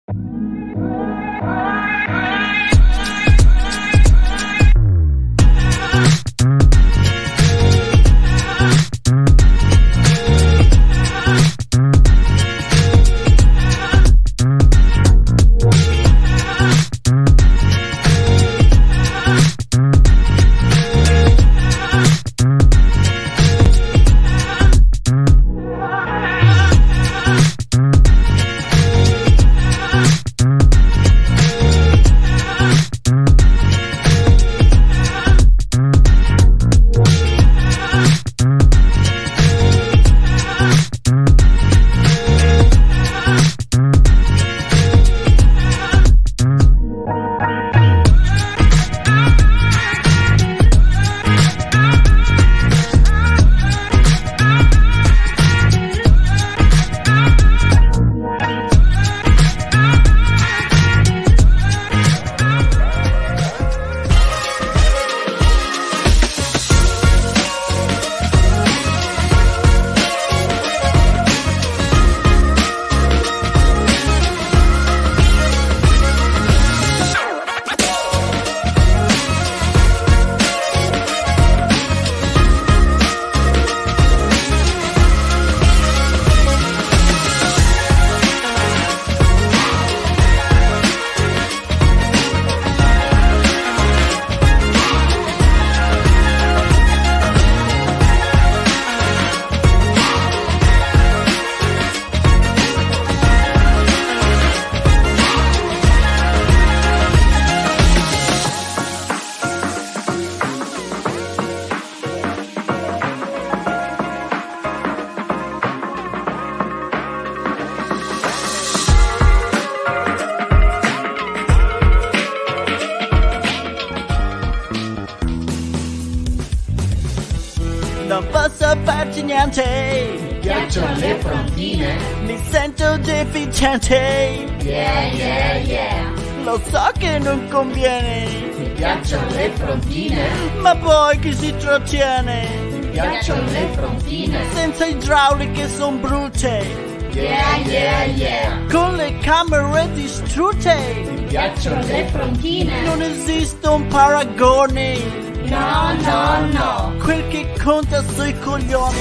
Non posso farci niente, mi piacciono le frontine, mi sento deficiente. Yeah, yeah, yeah. Lo so che non conviene, Mi piacciono le frontine, ma poi chi si trattiene? mi piacciono le frontine, Senza idrauliche son brutte, yeah, yeah, yeah. con le camere distrutte. Mi piacciono le frontine, Non esiste un paragone, no, no, no. quel che conta sui coglioni.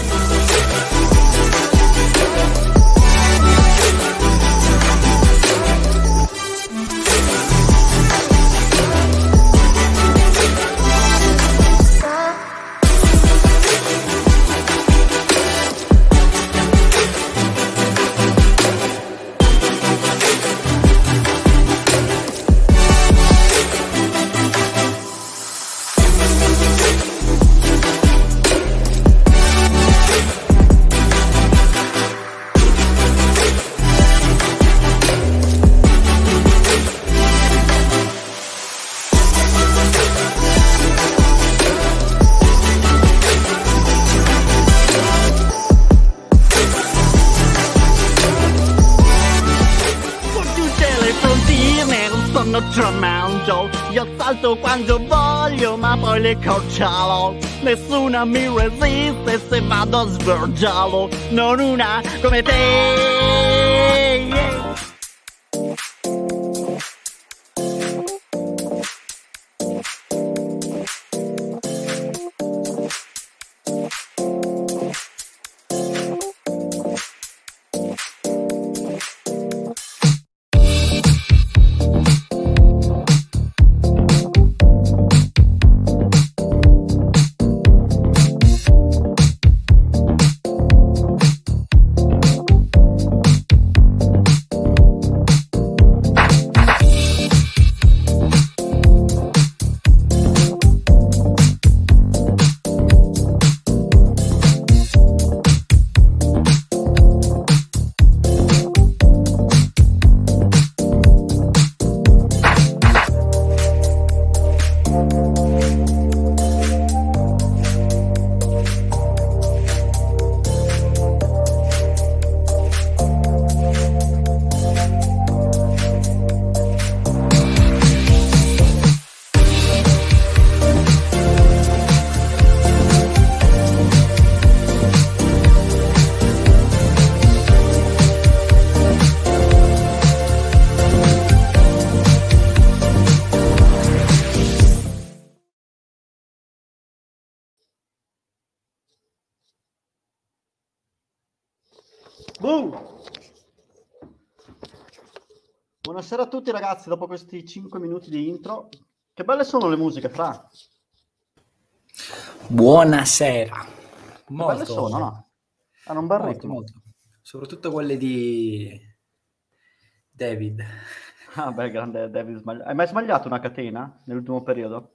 Stanno tremando, io salto quando voglio ma poi le coccialo. Nessuna mi resiste se vado a svergiarlo. Non una come te, yeah. Buonasera a tutti ragazzi, dopo questi 5 minuti di intro. Che belle sono le musiche, Fra. Buonasera. Che Molto, belle sono, no? Hanno un bel molto, ritmo. molto. Soprattutto quelle di David. Ah, beh, grande David Smagliato. Hai mai sbagliato una catena nell'ultimo periodo?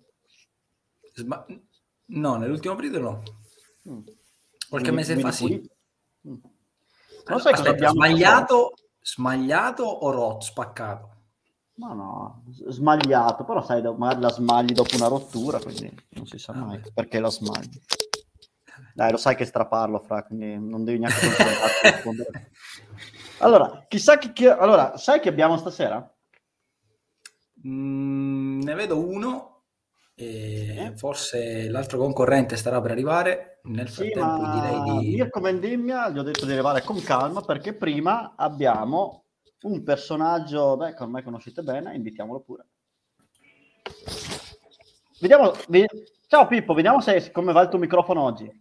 No, nell'ultimo periodo no. Qualche Guidi- mese guidi fa sì. puliti? Non Allora, sai cosa aspetta, abbiamo smagliato o spaccato? No, smagliato, però sai, magari la smagli dopo una rottura, quindi non si sa mai perché la smagli. Dai, lo sai che straparlo, Fra, quindi non devi neanche concentrarti a rispondere. Allora, chissà allora, sai che abbiamo stasera? Ne vedo uno e forse l'altro concorrente starà per arrivare. Nel Sì, frattempo ma direi di... Mirko Vendemmia gli ho detto di arrivare con calma perché prima abbiamo un personaggio che ormai conoscete bene, invitiamolo pure. Ciao Pippo, vediamo come va il tuo microfono oggi.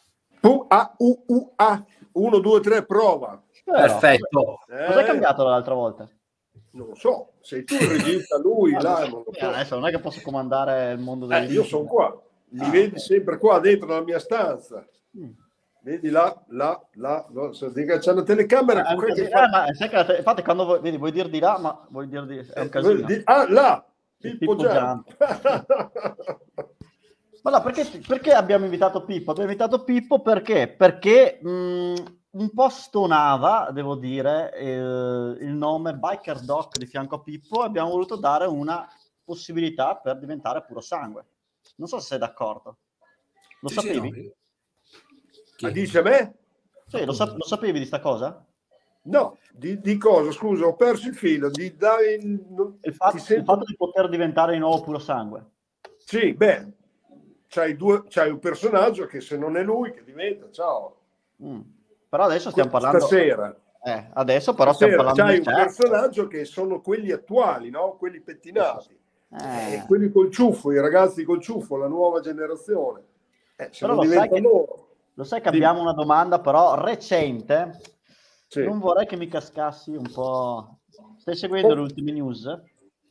1, 2, 3, prova. Perfetto. Cos'è cambiato dall'altra volta? Non lo so, sei tu il regista, lui, là, non lo so. Adesso non è che posso comandare il mondo delle Io sono qua, li vedi sempre qua dentro nella mia stanza. Vedi là, c'è una telecamera. Infatti quando vuoi dire di là, ma vuoi dire di... È un casino. Là, Pippo Gian. Ma no, perché abbiamo invitato Pippo? Abbiamo invitato Pippo perché un po' stonava, devo dire, il nome Biker Doc di fianco a Pippo e abbiamo voluto dare una possibilità per diventare puro sangue. Non so se sei d'accordo. Lo sapevi? Sì, no. Ma dice a me? Sì, lo sapevi di sta cosa? No, di cosa? Scusa, ho perso il filo. Di dare il fatto di poter diventare di nuovo puro sangue. Sì, beh, c'hai un personaggio che se non è lui che diventa, ciao. Però adesso stiamo parlando... Stasera. Adesso però stiamo parlando c'hai un personaggio che sono quelli attuali, no? Quelli pettinati. Quelli col ciuffo, i ragazzi col ciuffo, la nuova generazione. Però lo sai che abbiamo una domanda però recente. Sì. Non vorrei che mi cascassi un po'. Stai seguendo le ultime news?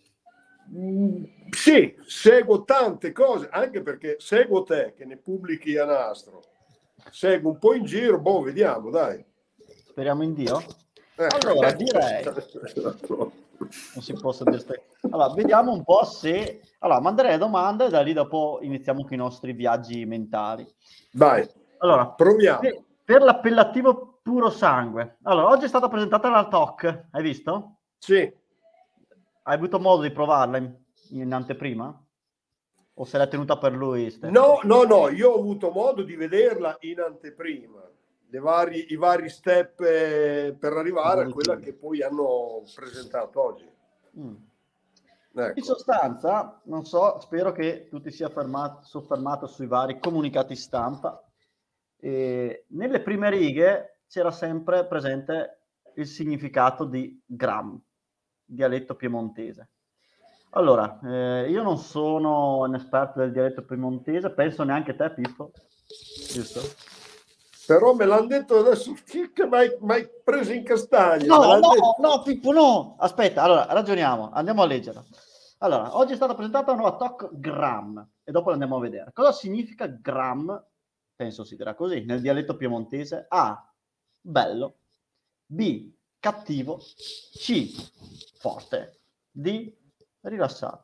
Sì, seguo tante cose, anche perché seguo te che ne pubblichi a nastro. Seguo un po' in giro, vediamo, dai. Speriamo in Dio. Allora, direi... non si possa dire... Allora, vediamo un po' se... Allora, manderei domande e da lì dopo iniziamo con i nostri viaggi mentali. Dai, allora, proviamo. Per l'appellativo puro sangue. Allora, oggi è stata presentata la TOC, hai visto? Sì. Hai avuto modo di provarla in anteprima? O se l'hai tenuta per lui? No, io ho avuto modo di vederla in anteprima. I vari step per arrivare a quella che poi hanno presentato oggi. Ecco. In sostanza, non so, spero che tu ti sia soffermato sui vari comunicati stampa. Nelle prime righe c'era sempre presente il significato di gram, dialetto piemontese. Allora, io non sono un esperto del dialetto piemontese, penso neanche te, Pippo, giusto? Però me l'hanno detto adesso che mi hai preso in castagna. No, Pippo, no! Aspetta, allora, ragioniamo, andiamo a leggerla. Allora, oggi è stata presentata una nuova TOC gram, e dopo andiamo a vedere. Cosa significa gram? Penso si dirà così, nel dialetto piemontese. A, bello. B, cattivo. C, forte. D, rilassato.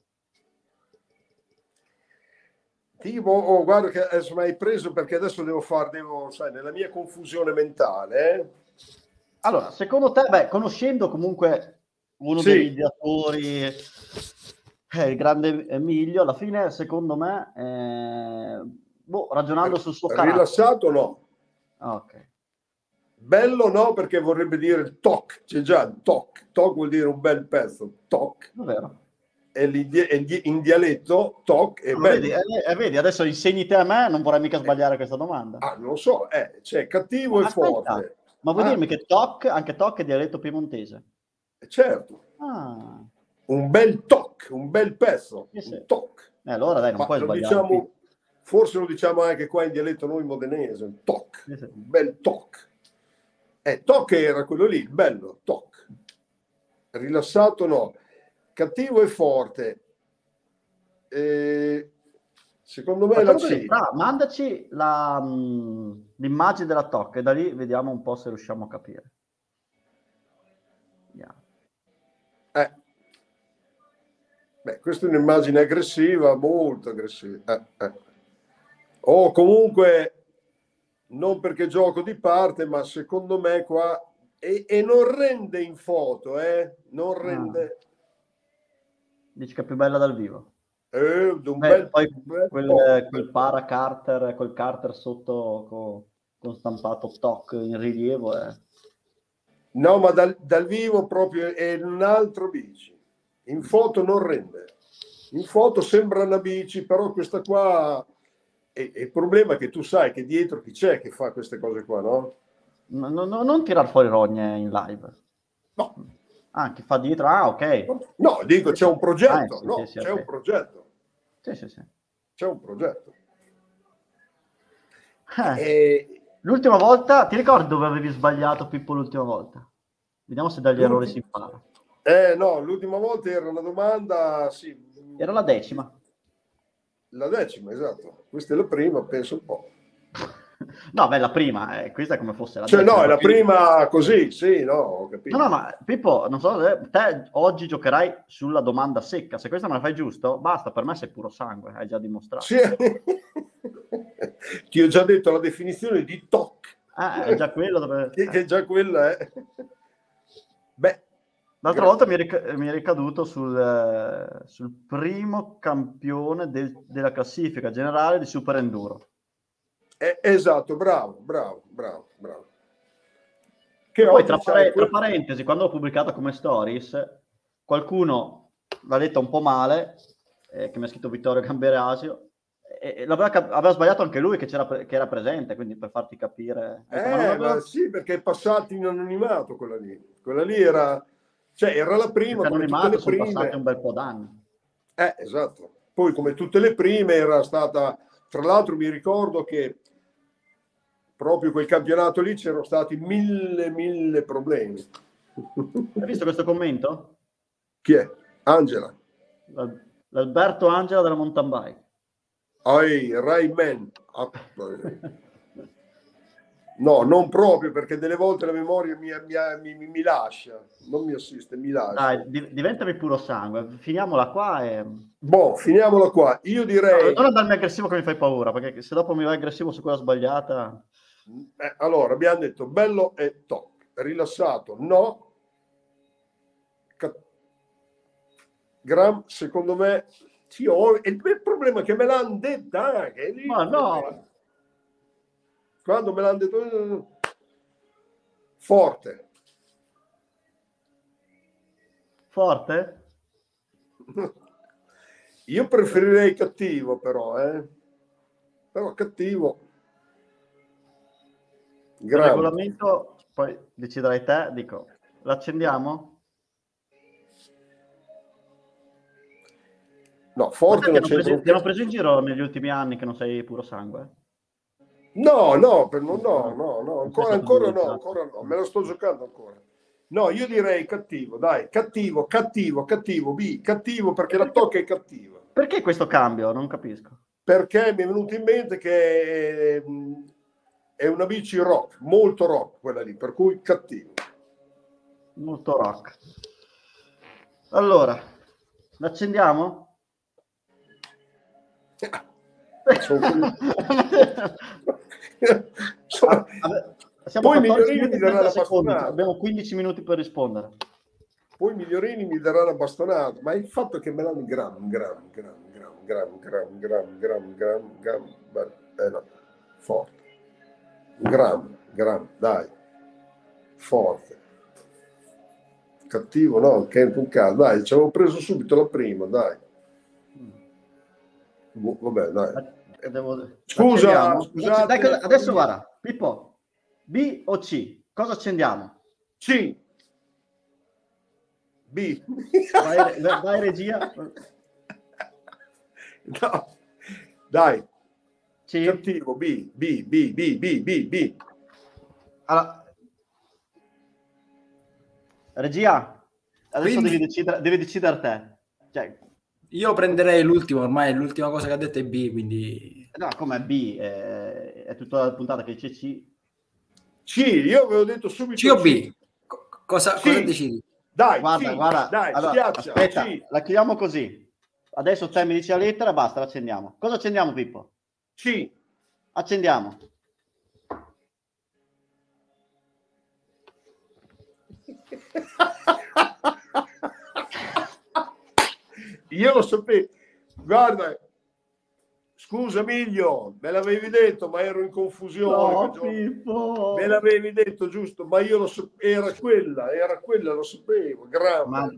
Guarda che adesso mi hai preso perché adesso sai, nella mia confusione mentale. Allora, secondo te, conoscendo comunque uno degli ideatori, il grande Emilio, alla fine, secondo me, ragionando sul suo carattere. Rilassato no. Ok. Bello no, perché vorrebbe dire toc, c'è già il toc. Toc vuol dire un bel pezzo, toc. Davvero? E in dialetto toc è bello. Vedi, adesso insegni te a me, non vorrei mica sbagliare questa domanda. Non lo so, c'è cattivo e forte. Ma vuoi dirmi che anche toc è dialetto piemontese? Certo. Un bel toc, un bel pezzo, un toc. Allora dai, non puoi sbagliare. Forse lo diciamo anche qua in dialetto noi modenese, un toc, un bel toc. Toc era quello lì, il bello, toc. Rilassato no. Cattivo e forte. Secondo me la C. Mandaci l'immagine della TOC e da lì vediamo un po' se riusciamo a capire. Beh, questa è un'immagine aggressiva, molto aggressiva. O comunque, non perché gioco di parte, ma secondo me qua... E non rende in foto, non rende... Dici che è più bella dal vivo? Poi quel para Carter, quel Carter sotto con stampato TOC in rilievo No, ma dal vivo proprio è un altro bici. In foto non rende. In foto sembra una bici, però questa qua... il problema è che tu sai che dietro chi c'è che fa queste cose qua, no? Non tirar fuori rogne in live. No. Chi fa dietro? Ok. No, dico c'è un progetto. C'è okay. un progetto. Sì. C'è un progetto. L'ultima volta, ti ricordi dove avevi sbagliato, Pippo, l'ultima volta? Vediamo se dagli errori si impara. No, l'ultima volta era una domanda, sì. Era la 10ª. La 10ª, esatto. Questa è la prima, penso un po'. No, beh, la prima, questa è come fosse la 10ª. No, è la prima così, sì, no, ho capito. No, ma Pippo, non so, te oggi giocherai sulla domanda secca. Se questa me la fai giusto, basta, per me sei puro sangue, hai già dimostrato. Sì. Ti ho già detto la definizione di TOC. È già quello dove... Che è già quella, Beh. L'altra volta mi è ricaduto sul primo campione della classifica generale di Super Enduro. Esatto, bravo. Che poi tra parentesi, quando l'ho pubblicata come stories, qualcuno l'ha letta un po' male, che mi ha scritto Vittorio Gamberasio, e aveva sbagliato anche lui che era presente, quindi per farti capire. Sì, perché è passato in anonimato quella lì era... Cioè, era la prima, come tutte le prime. Sono passati un bel po' d'anni. Esatto. Poi, come tutte le prime, era stata... Tra l'altro, mi ricordo che proprio quel campionato lì c'erano stati mille problemi. Hai visto questo commento? Chi è? Angela. L'Alberto Angela della mountain bike. Rayman. No, non proprio, perché delle volte la memoria mi lascia, non mi assiste, mi lascia. Dai, diventami puro sangue, finiamola qua e... Finiamola qua. Io direi... Non andarmi aggressivo che mi fai paura, perché se dopo mi vai aggressivo su quella sbagliata... Allora, abbiamo detto bello e toc. Rilassato, no. Gram, secondo me... il problema è che me l'hanno detta anche. Ma no! Quando me l'hanno detto forte io preferirei cattivo però cattivo il regolamento poi deciderai te, dico l'accendiamo? No, forte non c'è. Ti hanno preso in giro negli ultimi anni che non sei puro sangue? No, ancora no, me la sto giocando ancora. No, io direi cattivo, dai, cattivo, B, cattivo perché la tocca è cattiva. Perché questo cambio? Non capisco. Perché mi è venuto in mente che è una bici rock, molto rock quella lì, per cui cattivo. Molto rock. Allora, l'accendiamo? Poi Migliorini mi darà la bastonata. Abbiamo 15 minuti per rispondere. Poi Migliorini mi darà la bastonata, ma il fatto che me l'hanno gram, forte. Gram, dai. Forte. Cattivo, no, che un caso, dai, ci avevo preso subito la prima, dai. Vabbè, dai. Scusate. Dai, adesso guarda, Pippo, B o C? Cosa accendiamo? C. B. Vai regia. No. Dai. C. Cattivo, B. Allora, Regia, adesso Quindi- devi decidere te. Cioè, Io prenderei l'ultimo, ormai l'ultima cosa che ha detto è B, quindi... no, come B, è tutta la puntata che dice C. C, io avevo detto subito C o C. B? Cosa Sì. decidi? Dai, Guarda, C, guarda, dai, allora, schiaccia, aspetta, C. la chiudiamo così. Adesso te mi dici la lettera e basta, l'accendiamo. Cosa accendiamo, Pippo? C. Accendiamo. Io lo sapevo. Guarda, scusa Miglio, me l'avevi detto, ma ero in confusione. No, quel giorno. Pippo. Me l'avevi detto, giusto, ma io lo sapevo, era quella, lo sapevo. Grande.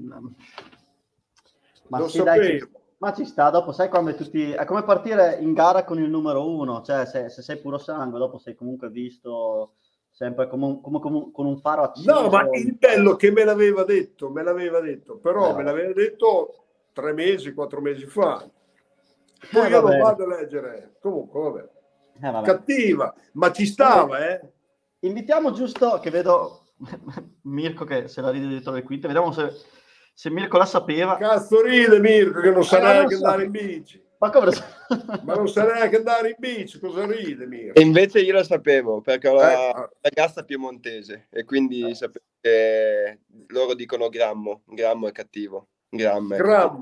Ma Lo sì, dai, sapevo. ma ci sta, dopo sai quando tutti... È come partire in gara con il numero 1, cioè se sei puro sangue, dopo sei comunque visto sempre come con un faro acceso. No, ma il bello che me l'aveva detto, però me l'aveva detto 3 mesi, 4 mesi fa. Poi io non vado a leggere. Comunque, vabbè. Cattiva, ma ci stava, Invitiamo giusto, che vedo Mirko che se la ride dietro le quinte, vediamo se Mirko la sapeva. Cazzo ride Mirko che non sa neanche andare in bici. Ma come Ma non sa neanche andare in bici, cosa ride Mirko? E invece io lo sapevo, perché ho la ragazza piemontese e quindi sapevo che loro dicono grammo è cattivo. Grammo,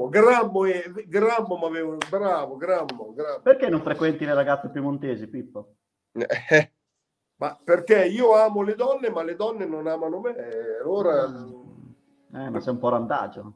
ma avevo bravo, grammo. Perché non frequenti le ragazze piemontesi, Pippo? Ma perché io amo le donne, ma le donne non amano me. Allora... ma sei un po' randagio.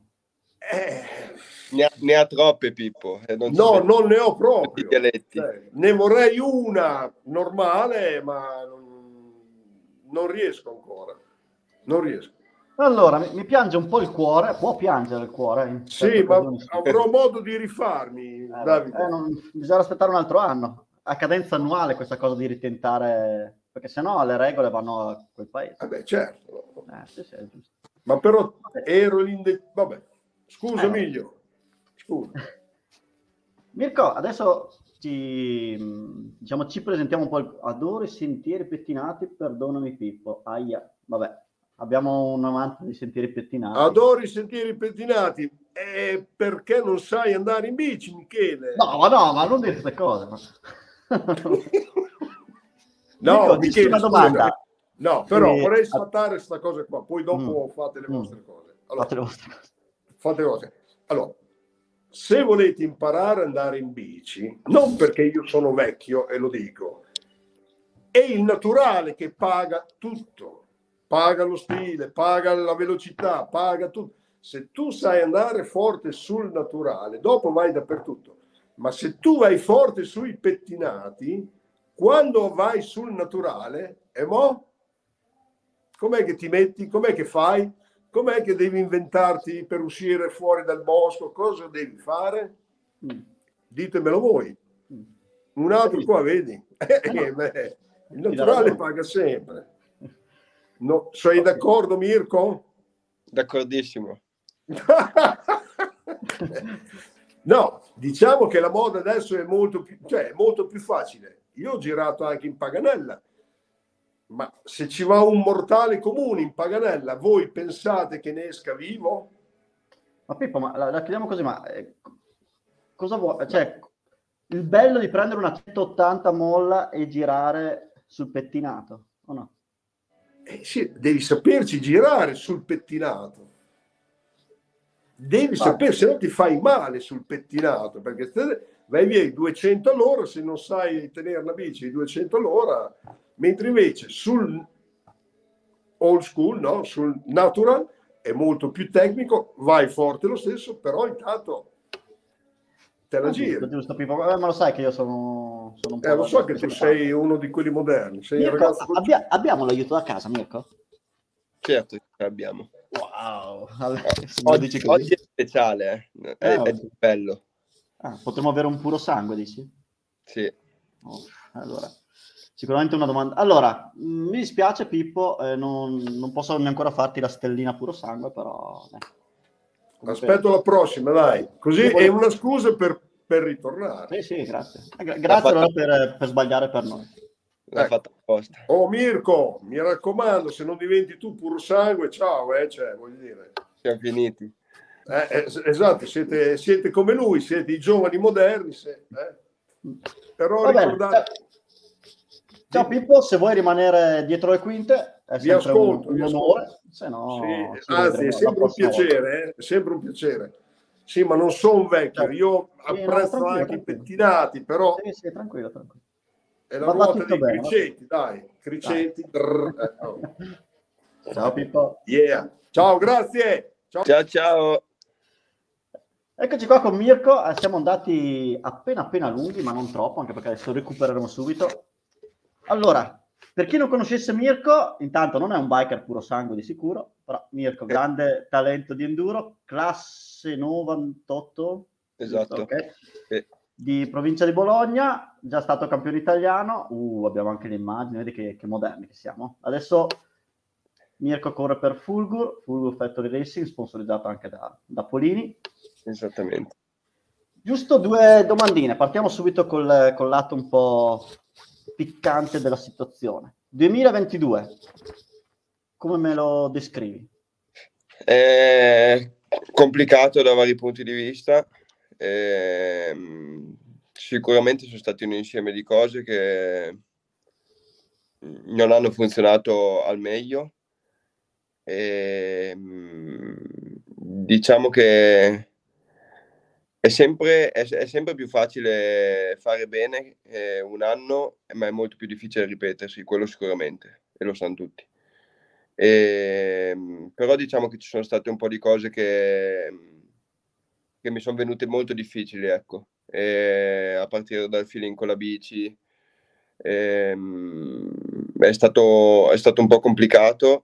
Ne ha troppe, Pippo. Non ne ho proprio. Ne vorrei una normale, ma non riesco ancora. Non riesco. Allora, mi piange un po' il cuore, può piangere il cuore. Sì, ma avrò modo di rifarmi, Davide. Bisogna aspettare un altro anno, a cadenza annuale questa cosa di ritentare, perché sennò le regole vanno a quel paese. Vabbè, certo. Sì, è giusto. Ma però ero vabbè, scusa Miglio. Scusa. Mirko, adesso ci presentiamo un po'. Adoro i sentieri pettinati, perdonami Pippo. Aia, vabbè. Abbiamo un amante di sentieri pettinati. Adoro i sentieri pettinati. Perché non sai andare in bici, Michele? No, ma non dire queste cose. No, dici una domanda. No, però vorrei sfatare questa cosa qua. Poi dopo fate le vostre cose. Allora, fate le vostre. Allora, se volete imparare ad andare in bici, non perché io sono vecchio e lo dico, è il naturale che paga tutto. Paga lo stile, paga la velocità, paga tutto. Se tu sai andare forte sul naturale, dopo vai dappertutto. Ma se tu vai forte sui pettinati, quando vai sul naturale, com'è che ti metti? Com'è che fai? Com'è che devi inventarti per uscire fuori dal bosco? Cosa devi fare? Ditemelo voi. Un altro qua, vedi? Il naturale paga sempre. No, sei d'accordo, Mirko? D'accordissimo. No, diciamo che la moda adesso è molto più facile. Io ho girato anche in Paganella, ma se ci va un mortale comune in Paganella, voi pensate che ne esca vivo? Ma Pippo, ma la chiediamo così, ma cosa vuoi? Cioè, il bello di prendere una 180 molla e girare sul pettinato, o no? Sì, devi saperci girare sul pettinato. Devi sapere, se no ti fai male sul pettinato, perché vai via i 200 all'ora se non sai tenere la bici i 200 all'ora, mentre invece sul old school, no? Sul natural è molto più tecnico, vai forte lo stesso, però intanto te la giri. Giusto, Pippo, ma lo sai che io sono un po'... Lo so che tu sei uno di quelli moderni. Sei Mirko, un ragazzo... abbiamo l'aiuto da casa, Mirko? Certo che abbiamo. Wow! Oggi è speciale, è bello. Potremmo avere un puro sangue, dici? Sì. Allora, sicuramente una domanda. Allora, mi dispiace Pippo, non posso ancora farti la stellina puro sangue, però... Aspetto la prossima, dai. Così è una scusa per ritornare. Sì, grazie. Grazie allora per sbagliare per noi. l'ha fatta apposta. Oh Mirko, mi raccomando, se non diventi tu puro sangue, ciao, cioè, voglio dire. Siamo finiti. Esatto, siete come lui, siete i giovani moderni. Però ricordate... Ciao Pippo, se vuoi rimanere dietro le quinte è sempre ascolto, un onore, se no anzi è sempre un piacere, è sempre un piacere. Sì, ma non sono vecchio, io apprezzo anche i pettinati, però sì, tranquillo. è la ruota dei Criceti, dai, Criceti. Ciao Pippo. Yeah. Ciao, grazie. Ciao. Eccoci qua con Mirko, siamo andati appena lunghi, ma non troppo, anche perché adesso recupereremo subito. Allora, per chi non conoscesse Mirko, intanto non è un biker puro sangue di sicuro, però Mirko, grande talento di enduro, classe 98, esatto, okay. Di provincia di Bologna, già stato campione italiano, abbiamo anche le immagini, vedi che moderni che siamo. Adesso Mirko corre per Fulgur Factory Racing, sponsorizzato anche da Polini. Esattamente. Giusto 2 domandine, partiamo subito col lato un po' piccante della situazione. 2022, come me lo descrivi? È complicato da vari punti di vista. Sicuramente sono stati un insieme di cose che non hanno funzionato al meglio. Diciamo che è sempre più facile fare bene un anno, ma è molto più difficile ripetersi, quello sicuramente, e lo sanno tutti. Però diciamo che ci sono state un po' di cose che mi sono venute molto difficili, ecco, a partire dal feeling con la bici. È stato un po' complicato,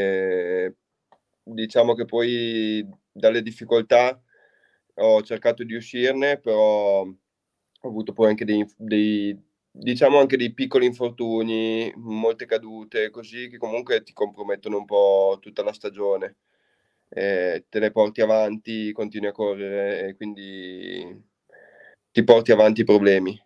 diciamo che poi dalle difficoltà ho cercato di uscirne, però ho avuto poi anche dei piccoli infortuni, molte cadute, così, che comunque ti compromettono un po' tutta la stagione. Te le porti avanti, continui a correre e quindi ti porti avanti i problemi.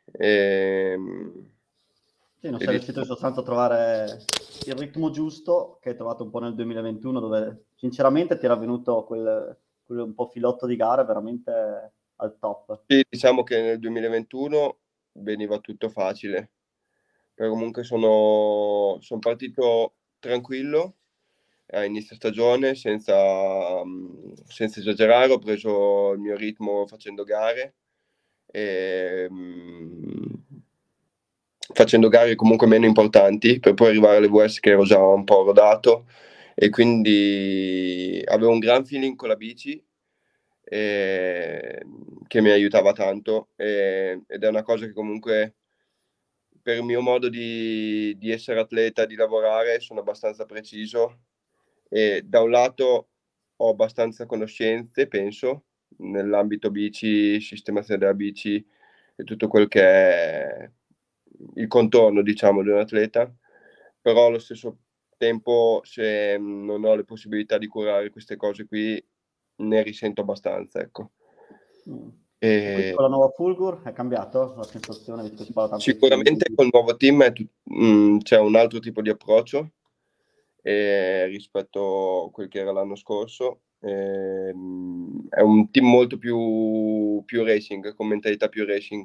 Sì, non sei riuscito in sostanza a trovare il ritmo giusto che hai trovato un po' nel 2021, dove sinceramente ti era venuto quel un po' filotto di gara veramente al top. Sì, diciamo che nel 2021 veniva tutto facile, però comunque sono partito tranquillo a inizio stagione, senza esagerare, ho preso il mio ritmo facendo gare, facendo gare comunque meno importanti, per poi arrivare alle VS che ero già un po' rodato, e quindi avevo un gran feeling con la bici, che mi aiutava tanto, ed è una cosa che comunque, per il mio modo di essere atleta, di lavorare, sono abbastanza preciso, e da un lato ho abbastanza conoscenze, penso, nell'ambito bici, sistemazione della bici e tutto quel che è il contorno, diciamo, di un atleta, però allo stesso tempo, se non ho le possibilità di curare queste cose qui, ne risento abbastanza, ecco. E quindi con la nuova Fulgur è cambiato la sensazione? Visto che si parla tanto sicuramente col nuovo team c'è un altro tipo di approccio rispetto a quel che era l'anno scorso. È un team molto più racing, con mentalità più racing,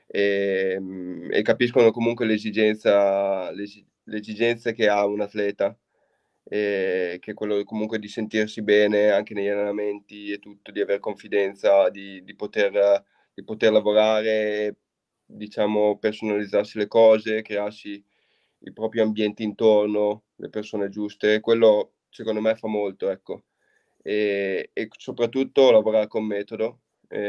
e capiscono comunque l'esigenze che ha un atleta, che è quello comunque di sentirsi bene anche negli allenamenti e tutto, di avere confidenza, di poter lavorare, diciamo, personalizzarsi le cose, crearsi i propri ambienti intorno, le persone giuste. Quello secondo me fa molto, ecco, e soprattutto lavorare con metodo,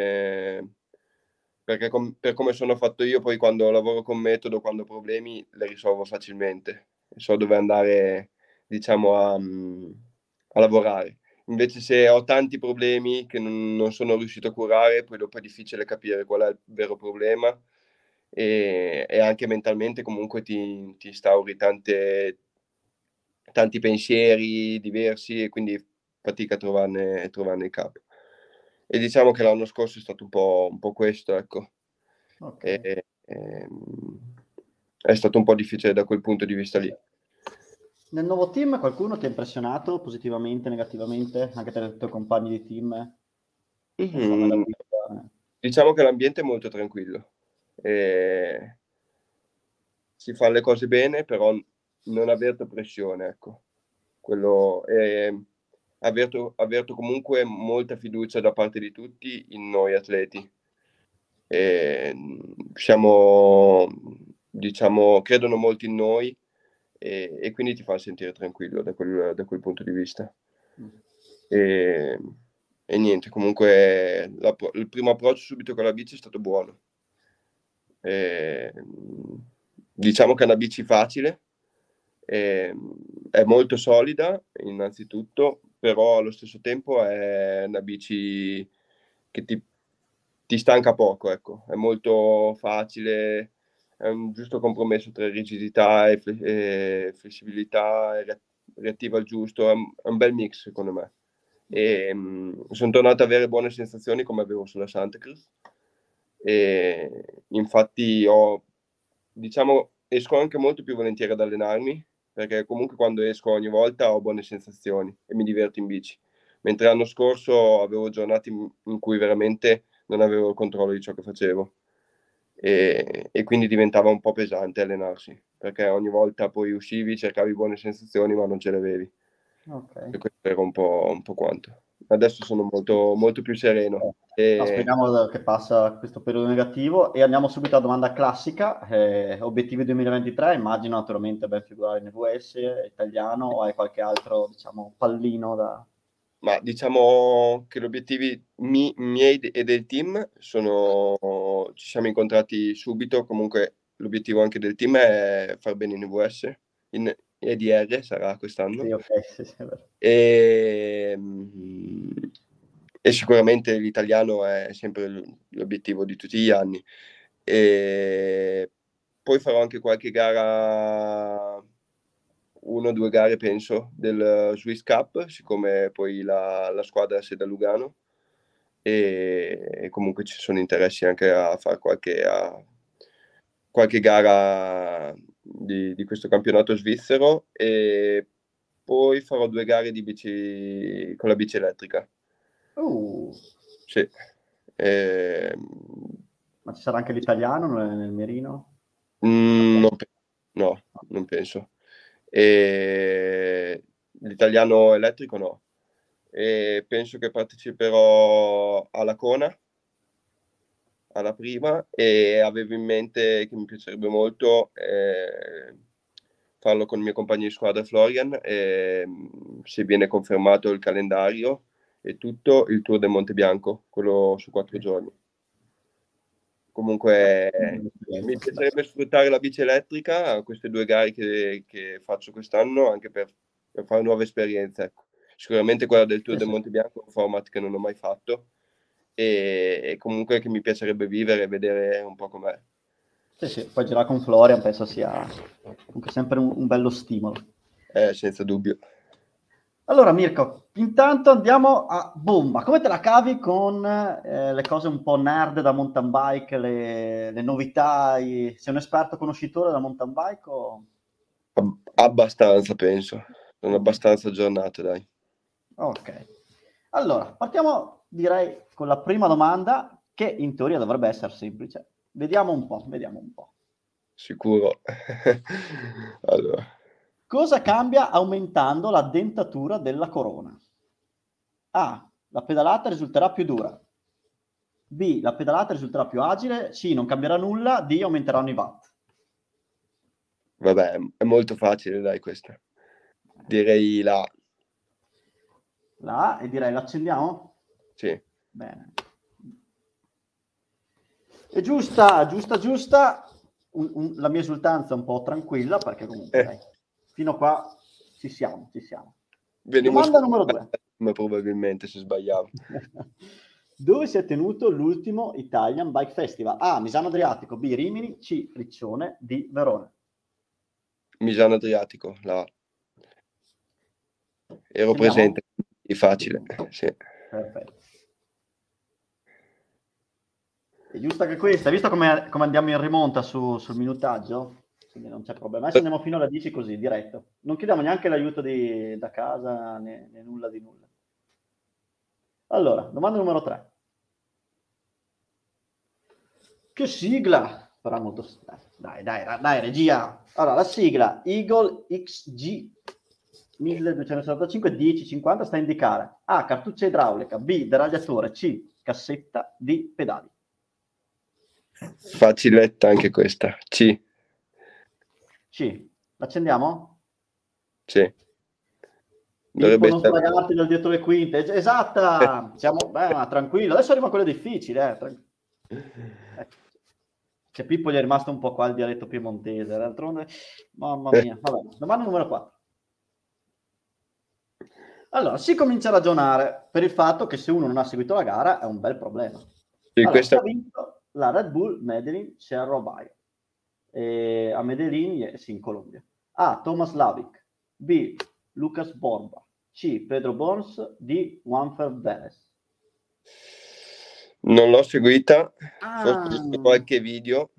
perché per come sono fatto io, poi quando lavoro con metodo, quando ho problemi, le risolvo facilmente, so dove andare, diciamo, a lavorare. Invece, se ho tanti problemi che non sono riuscito a curare, poi dopo è difficile capire qual è il vero problema, e anche mentalmente comunque ti instauri tanti pensieri diversi, e quindi fatica a trovarne il capo. E diciamo che l'anno scorso è stato un po' questo, ecco. Okay. è stato un po' difficile da quel punto di vista lì. Nel nuovo team qualcuno ti ha impressionato positivamente, negativamente, anche tra i tuoi compagni di team? Diciamo che l'ambiente è molto tranquillo. Si fa le cose bene, però non avverto pressione, ecco. Avverto comunque molta fiducia da parte di tutti in noi atleti. Credono molto in noi e quindi ti fa sentire tranquillo da quel punto di vista. E niente, comunque il primo approccio subito con la bici è stato buono. Diciamo che è una bici facile, è molto solida innanzitutto, però allo stesso tempo è una bici che ti stanca poco, ecco. È molto facile, è un giusto compromesso tra rigidità e flessibilità, è reattiva al giusto, è un bel mix secondo me. E sono tornato ad avere buone sensazioni come avevo sulla Santa Cruz, e infatti esco anche molto più volentieri ad allenarmi, perché comunque quando esco ogni volta ho buone sensazioni e mi diverto in bici, mentre l'anno scorso avevo giornate in cui veramente non avevo il controllo di ciò che facevo e quindi diventava un po' pesante allenarsi, perché ogni volta poi uscivi, cercavi buone sensazioni ma non ce le avevi. Okay. E questo era un po' quanto. Adesso sono molto, molto più sereno. Speriamo che passa questo periodo negativo e andiamo subito alla domanda classica. Obiettivi 2023, immagino naturalmente ben figurare in VS, italiano, o hai qualche altro, diciamo, pallino da... Ma diciamo che gli obiettivi miei e del team ci siamo incontrati subito. Comunque l'obiettivo anche del team è far bene in VS, in EDR sarà quest'anno. Sì, okay, sì, è vero. E sicuramente l'italiano è sempre l'obiettivo di tutti gli anni. E poi farò anche qualche gara, 1 o 2 gare penso del Swiss Cup, siccome poi la squadra è sede a Lugano, e comunque ci sono interessi anche a fare qualche gara di questo campionato svizzero, e poi farò 2 gare di bici con la bici elettrica. Sì. Ma ci sarà anche l'italiano nel mirino? No, non penso. L'italiano elettrico no. E penso che parteciperò alla Kona, alla prima, e avevo in mente che mi piacerebbe molto farlo con il mio compagno di squadra Florian, se viene confermato il calendario e tutto, il Tour del Monte Bianco, quello su 4 giorni. Comunque mi piacerebbe sfruttare la bici elettrica, queste 2 gare che faccio quest'anno, anche per fare nuove esperienze. Ecco. Sicuramente quella del Tour del Monte Bianco è un format che non ho mai fatto e comunque che mi piacerebbe vivere e vedere un po' com'è. Sì, poi girare con Florian penso sia comunque sempre un bello stimolo. Senza dubbio. Allora Mirko, intanto andiamo a bomba. Come te la cavi con le cose un po' nerd da mountain bike, le novità? Sei un esperto conoscitore da mountain bike? Abbastanza, penso. Sono abbastanza aggiornato, dai. Ok. Allora, partiamo direi con la prima domanda, che in teoria dovrebbe essere semplice. Vediamo un po'. Sicuro. Allora. Cosa cambia aumentando la dentatura della corona? A. La pedalata risulterà più dura. B. La pedalata risulterà più agile. C. Non cambierà nulla. D. Aumenteranno i watt. Vabbè, è molto facile, dai, questa. Direi la A. La A, e direi l'accendiamo? Sì. Bene. È giusta. La mia esultanza è un po' tranquilla, perché comunque dai, fino a qua ci siamo. Domanda numero 2. Ma probabilmente se sbagliavo. Dove si è tenuto l'ultimo Italian Bike Festival? A. Misano Adriatico. B. Rimini. C. Riccione. D. Verona. Misano Adriatico, là. Ero presente, è facile. Sì. Perfetto. È giusta che questa, hai visto come andiamo in rimonta sul minutaggio? quindi non c'è problema. Adesso andiamo fino alle 10 così, diretto. Non chiediamo neanche l'aiuto da casa né nulla di nulla. Allora, domanda numero 3. Che sigla? Però molto... Dai, regia. Allora, la sigla Eagle XG 1265 1050 sta a indicare A. Cartuccia idraulica, B. Deragliatore, C. Cassetta, D. Pedali. Faciletta anche questa. C. L'accendiamo? Sì. Pippo, non sbagliarti dal dietro le quinte. Esatta! Ma tranquillo. Adesso arriva quello difficile. Che Pippo gli è rimasto un po' qua il dialetto piemontese. D'altronde, mamma mia. Vabbè, domanda numero 4. Allora, si comincia a ragionare per il fatto che se uno non ha seguito la gara è un bel problema. Sì, allora, ha vinto la Red Bull Medellin Cerro Bayo a Medellin, sì, in Colombia. A. Thomas Lavic, B. Lucas Borba, C. Pedro Burns, D. Juanfer Vélez. Non l'ho seguita, forse ho visto qualche video.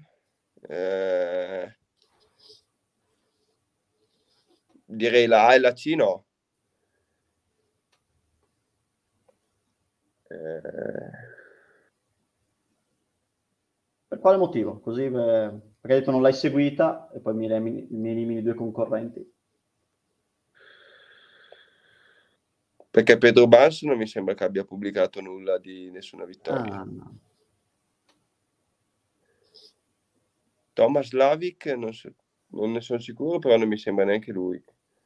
Direi la A e la C no. Per quale motivo? Così perché hai detto non l'hai seguita e poi mi elimini 2 concorrenti. Perché Pedro Burns non mi sembra che abbia pubblicato nulla di nessuna vittoria. No. Thomas Lavic non ne sono sicuro, però non mi sembra neanche lui.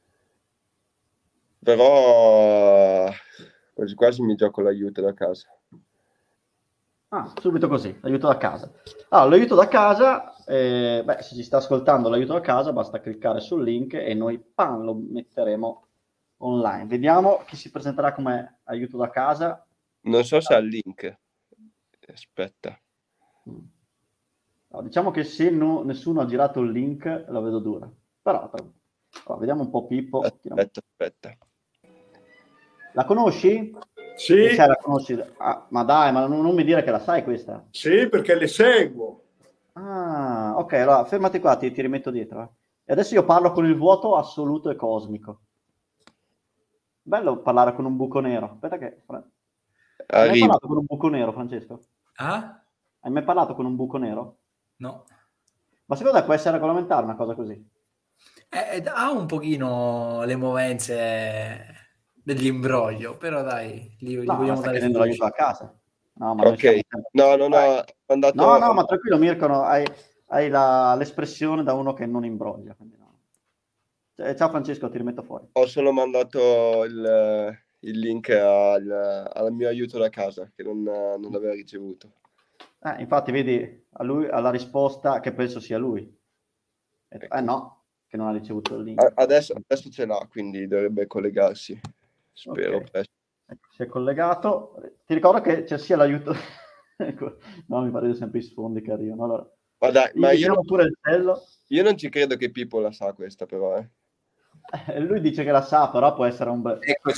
Però quasi quasi mi gioco l'aiuto da casa. Subito così, l'aiuto da casa. Allora, l'aiuto da casa, se ci sta ascoltando l'aiuto da casa, basta cliccare sul link e noi lo metteremo online. Vediamo chi si presenterà come aiuto da casa. Non so se ha il link. Aspetta. No, diciamo che se nessuno ha girato il link la vedo dura. Però vediamo un po' Pippo. Aspetta. La conosci? Sì. La conosci? Ma dai, ma non mi dire che la sai questa. Sì, perché le seguo. Ok, allora fermati qua, ti rimetto dietro. E adesso io parlo con il vuoto assoluto e cosmico. Bello parlare con un buco nero. Aspetta che... Hai mai parlato con un buco nero, Francesco? Hai mai parlato con un buco nero? No. Ma secondo te può essere regolamentare una cosa così? Ha un pochino le movenze dell'imbroglio, però dai, gli vogliamo dare chiedendo l'aiuto a casa. No, ma ok. No, ma tranquillo Mirko, no, hai l'espressione da uno che non imbroglia. No. Ciao Francesco, ti rimetto fuori. Ho solo mandato il link al mio aiuto da casa, che non aveva ricevuto. Infatti vedi alla risposta che penso sia lui. No, che non ha ricevuto il link. Adesso ce l'ha, quindi dovrebbe collegarsi. Spero presto. Si è collegato. Ti ricordo che c'è sia l'aiuto. No, mi pare sempre i sfondi che arrivano. Allora, ma io pure il cello. Io non ci credo che Pippo la sa questa, però. Lui dice che la sa, però può essere un bel... Eccoci.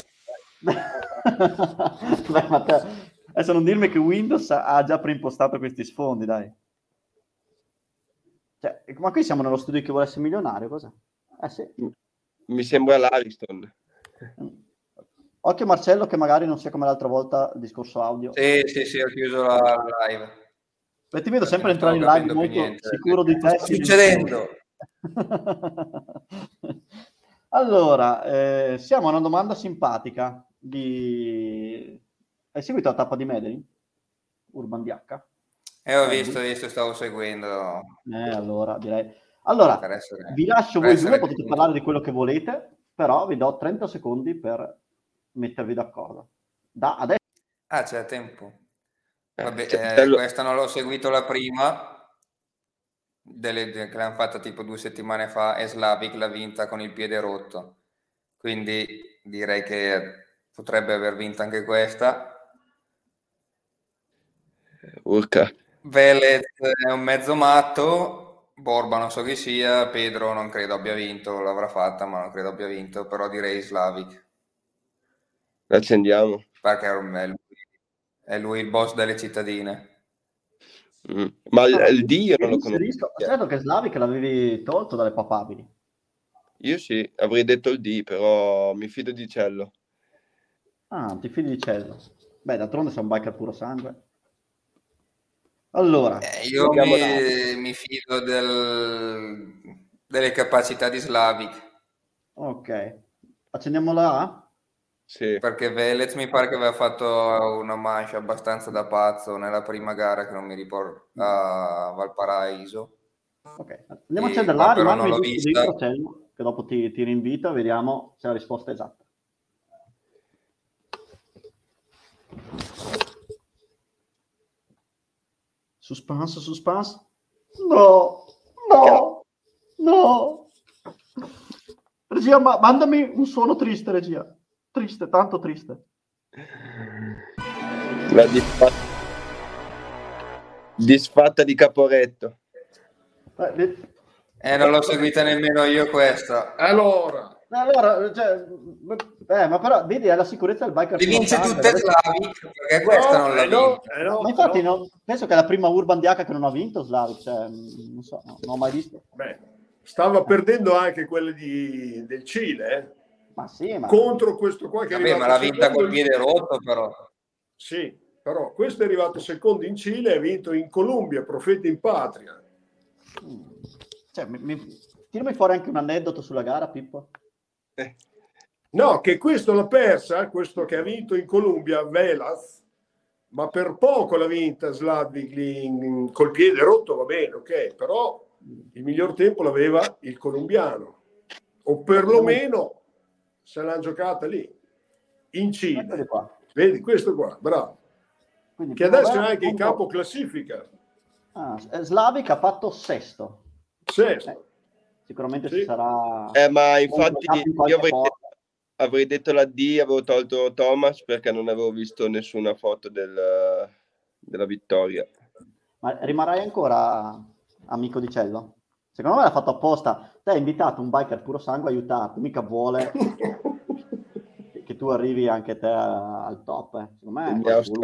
Adesso non dirmi che Windows ha già preimpostato questi sfondi, dai. Ma qui siamo nello studio Chi vuole essere milionario, cos'è? Sì. Mi sembra l'Ariston. Occhio Marcello che magari non sia come l'altra volta il discorso audio. Sì, ho chiuso la live. Beh, ti vedo sempre entrare in live molto sicuro di te. Sta succedendo. Allora, siamo a una domanda simpatica Hai seguito la tappa di Medellin? Urban DH? Ho visto, stavo seguendo. Allora, direi... Allora, vi lascio voi due, potete parlare di quello che volete, però vi do 30 secondi per mettervi d'accordo. Da adesso... c'è tempo. Vabbè, questa non l'ho seguito la prima, che l'hanno fatta tipo 2 settimane fa, e Slavic l'ha vinta con il piede rotto. Quindi direi che potrebbe aver vinto anche questa. Urca. Velez è un mezzo matto, Borba non so chi sia, Pedro non credo abbia vinto, l'avrà fatta ma non credo abbia vinto, però direi Slavic. L'accendiamo. Perché è lui il boss delle cittadine. Ma il D io non lo conosco. Certo che Slavic l'avevi tolto dalle papabili. Io sì, avrei detto il D, però mi fido di Cello. Ah, ti fidi di Cello. Beh, d'altronde sei un biker puro sangue. Allora, io mi fido delle capacità di Slavic. Ok, accendiamo la A? Sì. Perché Velez mi pare che aveva fatto una manche abbastanza da pazzo nella prima gara, che non mi ricordo, a Valparaiso. Ok, andiamo a accendere la A, però rimani non l'ho giusto vista. dentro, Cello, che dopo ti rinvito e vediamo se la risposta è esatta. Suspense. No. Regia, mandami un suono triste, regia. Triste, tanto triste. La disfatta di Caporetto. Non l'ho seguita nemmeno io questa. Allora, cioè, ma però vedi, è la sicurezza del biker. Le vince tutte Slavic, perché questa non l'ha vinta. Ma infatti penso che è la prima Urban DH che non ha vinto Slavic, cioè, non so, non ho mai visto. Beh, stava perdendo anche quelle del Cile, Ma sì, ma... contro questo qua che ma l'ha vinta col piede rotto, però. Sì, però questo è arrivato secondo in Cile e ha vinto in Colombia, profeta in patria. Cioè, tirami fuori anche un aneddoto sulla gara, Pippo. No, che questo l'ha persa, questo che ha vinto in Colombia, Velaz, ma per poco l'ha vinta Slavic col piede rotto, va bene, ok, però il miglior tempo l'aveva il colombiano, o perlomeno se l'hanno giocata lì, in Cile. Vedi, questo qua, bravo. Quindi, che adesso è anche in capo classifica. Slavic ha fatto sesto. Sicuramente ci sarà... ma infatti io avrei detto la D, avevo tolto Thomas perché non avevo visto nessuna foto della vittoria. Ma rimarrai ancora amico di Cello? Secondo me l'ha fatto apposta. Te hai invitato un biker puro sangue a aiutarti, mica vuole che tu arrivi anche te al top. Secondo me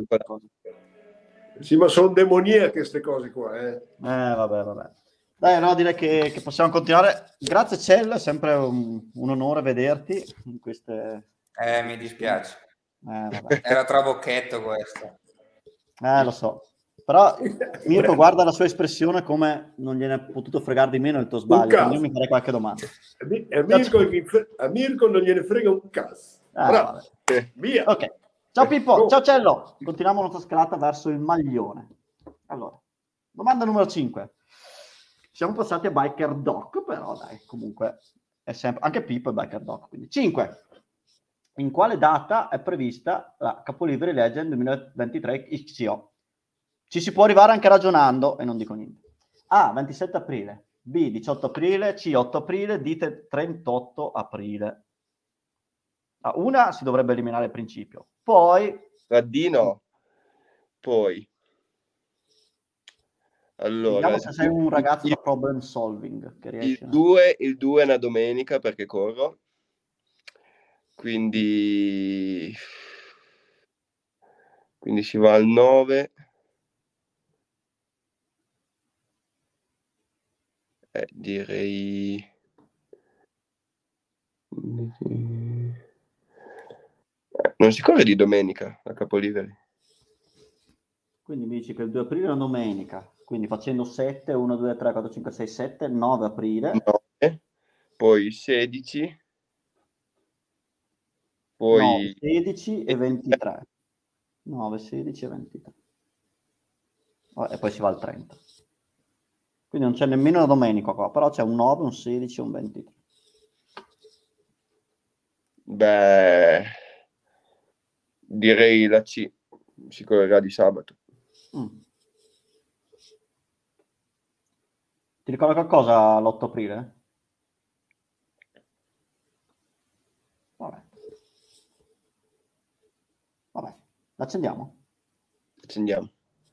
sì, ma sono demoniache queste cose qua. Vabbè. Dai, no, direi che possiamo continuare. Grazie Cello, è sempre un onore vederti in queste... Mi dispiace. Era trabocchetto questo. Lo so. Però Mirko guarda la sua espressione come non gliene è potuto fregare di meno il tuo sbaglio. Quindi io mi farei qualche domanda. A Mirko non gliene frega un cazzo. Via. Ok. Ciao Pippo, ciao Cello. Continuiamo la nostra scalata verso il maglione. Allora, domanda numero 5. Siamo passati a Biker Doc, però dai, comunque è sempre... Anche Pippo è Biker Doc, quindi 5. In quale data è prevista la Capolivere Legend 2023 XCO? Ci si può arrivare anche ragionando, e non dico niente. A, 27 aprile. B, 18 aprile. C, 8 aprile. D, 38 aprile. Una si dovrebbe eliminare il principio. Poi... La D no. Poi... Allora, vediamo se sei un ragazzo da problem solving. Che riesce, il 2 è una domenica perché corro. Quindi si va al 9. Direi non si corre di domenica a Capolivere. Quindi mi dici che il 2 aprile è una domenica, quindi facendo 7, 1, 2, 3, 4, 5, 6, 7, 9 aprile. 9, poi 16, poi 9, 16 e 23. 9, 16 e 23. E poi si va al 30. Quindi non c'è nemmeno una domenica qua, però c'è un 9, un 16 e un 23. Beh, direi la C, si correrà di sabato. Ti ricorda qualcosa l'8 aprile? Vabbè, l'accendiamo? Accendiamo.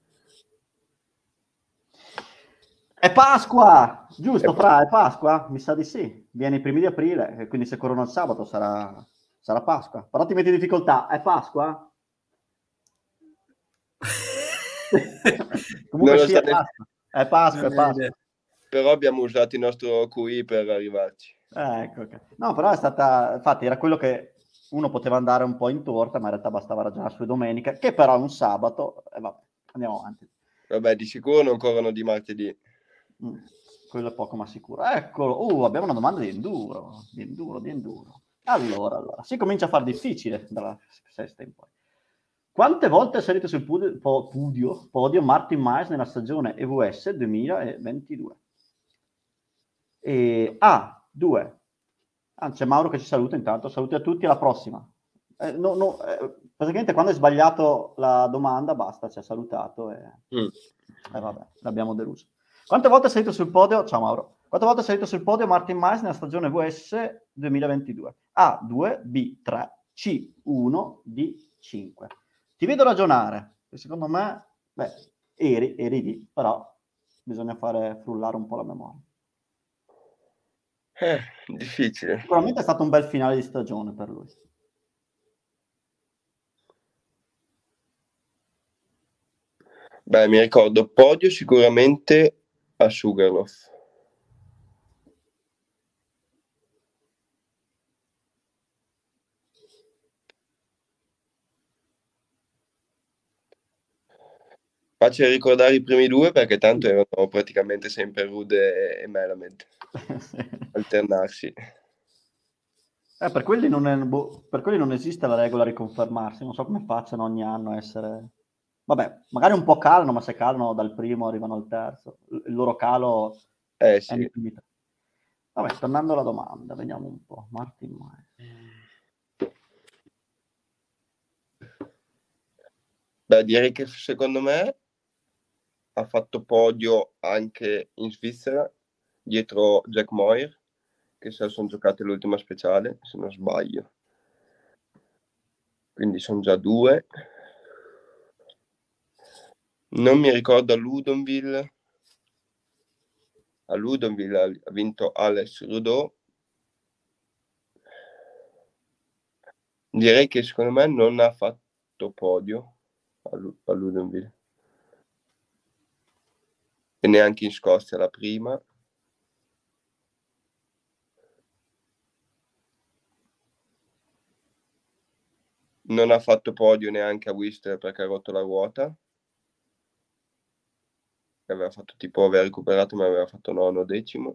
È Pasqua! Giusto, Fra, è Pasqua? Mi sa di sì. Viene i primi di aprile, quindi se corrono il sabato sarà Pasqua. Però ti metti in difficoltà. È Pasqua? Comunque sì, è Pasqua. Però abbiamo usato il nostro QI per arrivarci. Ecco. No, però è stata... Infatti era quello che uno poteva andare un po' in torta, ma in realtà bastava ragionare su domenica, che però è un sabato. Vabbè, andiamo avanti. Vabbè, di sicuro non corrono di martedì. Quello è poco ma sicuro. Eccolo. Abbiamo una domanda di enduro. Allora. Si comincia a far difficile dalla sesta in poi. Quante volte è salito sul podio Martin Miles nella stagione EVS 2022? A2. C'è Mauro che ci saluta intanto. Saluti a tutti, alla prossima. Praticamente quando hai sbagliato la domanda basta, ci ha salutato e vabbè, l'abbiamo deluso. Quante volte è salito sul podio? Ciao Mauro. Quante volte è salito sul podio Martin Miles nella stagione VS 2022? A2, B3, C1, D5. Ti vedo ragionare. Secondo me, eri lì, però bisogna fare frullare un po' la memoria. Difficile. Sicuramente è stato un bel finale di stagione per lui. Mi ricordo podio sicuramente a Sugarloaf. Facile ricordare i primi due perché tanto erano praticamente sempre Rude e Melamed. Alternarsi. Per quelli non esiste la regola riconfermarsi, non so come facciano ogni anno a essere... Vabbè, magari un po' calano, ma se calano dal primo arrivano al terzo. Il loro calo è nei primi tre. Vabbè, tornando alla domanda, vediamo un po'. Martin Miles. Direi che secondo me ha fatto podio anche in Svizzera, dietro Jack Moir, che se sono giocate l'ultima speciale, se non sbaglio. Quindi sono già due. Non mi ricordo a Ludonville ha vinto Alex Rudeau. Direi che secondo me non ha fatto podio a Ludonville. E neanche in Scozia la prima. Non ha fatto podio neanche a Whistler perché ha rotto la ruota. Aveva recuperato, ma aveva fatto 9º, 10º.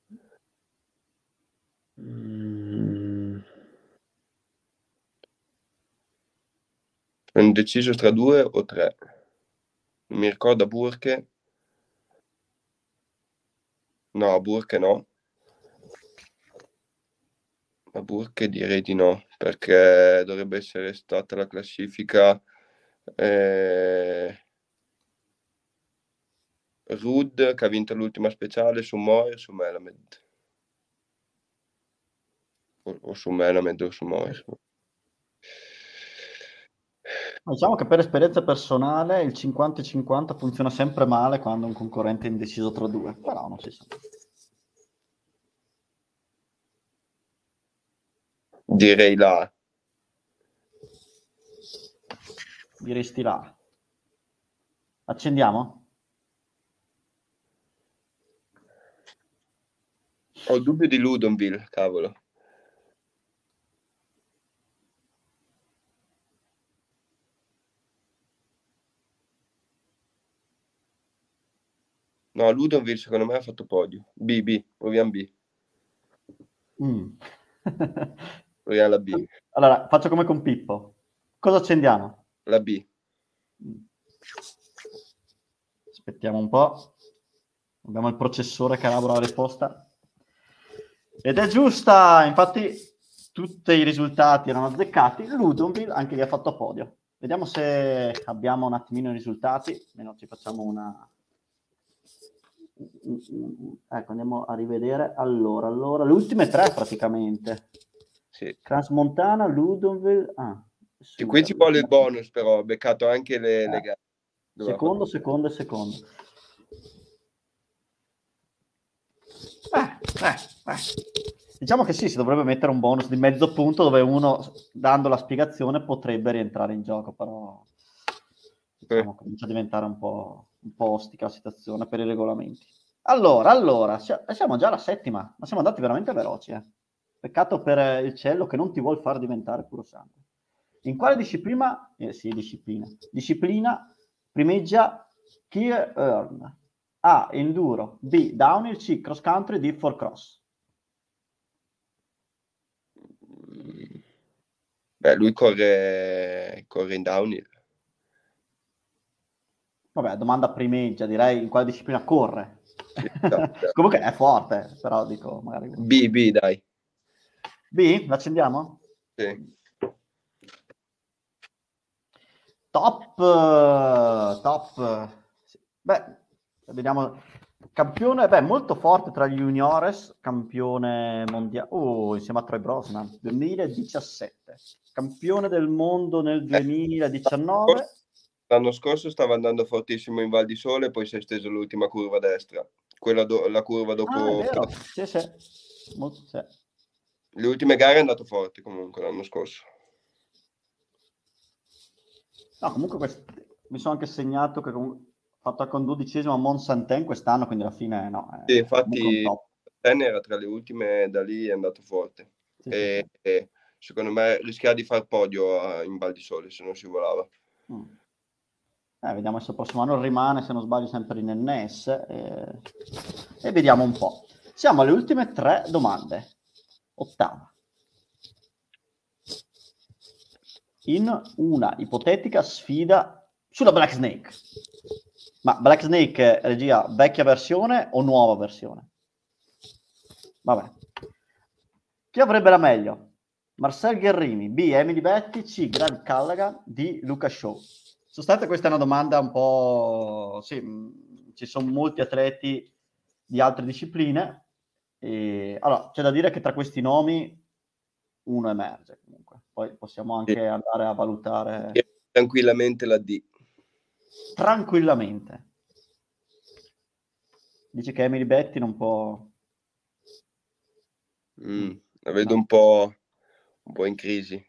Sono indeciso tra 2 o 3. Non mi ricordo a Burke. No, a Burke no. A Burke direi di no, perché dovrebbe essere stata la classifica Rudd che ha vinto l'ultima speciale su Moir, su Melamed. O su Melamed o su Moir. Diciamo che per esperienza personale il 50-50 funziona sempre male quando un concorrente è indeciso tra due, però non si sa. Direi là. Diresti là. Accendiamo? Ho il dubbio di Ludonville, cavolo. No, Ludonville secondo me ha fatto podio. B, proviamo B. Proviamo la B. Allora, faccio come con Pippo. Cosa accendiamo? La B. Aspettiamo un po'. Abbiamo il processore che elabora la risposta. Ed è giusta, infatti tutti i risultati erano azzeccati. Ludonville anche lì ha fatto podio. Vediamo se abbiamo un attimino i risultati, almeno ci facciamo una... Ecco, andiamo a rivedere. Allora, le ultime tre praticamente. Sì. Crans-Montana, Ludonville... E qui ci vuole il bonus, però ho beccato anche le gare. Secondo. Diciamo che sì, si dovrebbe mettere un bonus di mezzo punto dove uno, dando la spiegazione, potrebbe rientrare in gioco, però diciamo, comincia a diventare un po' ostica la situazione per i regolamenti. Allora, siamo già alla 7ª, ma siamo andati veramente veloci. Peccato per il cielo che non ti vuol far diventare puro sangue. In quale disciplina? Disciplina primeggia Keir Earn. A. Enduro. B. Downhill. C. Cross country. D. For cross. Beh, lui corre in downhill. Vabbè, domanda primeggia, direi in quale disciplina corre. Esatto. Comunque è forte, però dico magari... B, dai. B? L'accendiamo? Sì. Top. Beh, vediamo. Campione, molto forte tra gli juniores, campione mondiale. Insieme a Troy Brosnan, 2017. Campione del mondo nel 2019. L'anno scorso stava andando fortissimo in Val di Sole, poi si è steso l'ultima curva a destra. La curva dopo... è vero. Sì. Sì. Le ultime gare è andato forte comunque l'anno scorso. No, comunque mi sono anche segnato che fatto con 12esimo a Mont-Saint-Anne quest'anno, quindi alla fine no. Sì, infatti era tra le ultime, da lì è andato forte. Sì. E secondo me rischiava di far podio in Val di Sole se non si volava. Vediamo se il prossimo anno rimane, se non sbaglio, sempre in NS e vediamo un po'. Siamo alle ultime 3 domande. 8ª. In una ipotetica sfida sulla Black Snake. Ma Black Snake, regia, vecchia versione o nuova versione? Vabbè. Chi avrebbe la meglio? Marcel Guerrini, B. Emily Betty, C. Grant Callaghan, D. Luca Shaw. Sostanzialmente questa è una domanda un po'... Sì, ci sono molti atleti di altre discipline. Allora, c'è da dire che tra questi nomi uno emerge comunque. Poi possiamo anche andare a valutare... Tranquillamente la D. Tranquillamente. Dice che Emily Betty non può... La vedo un po' in crisi.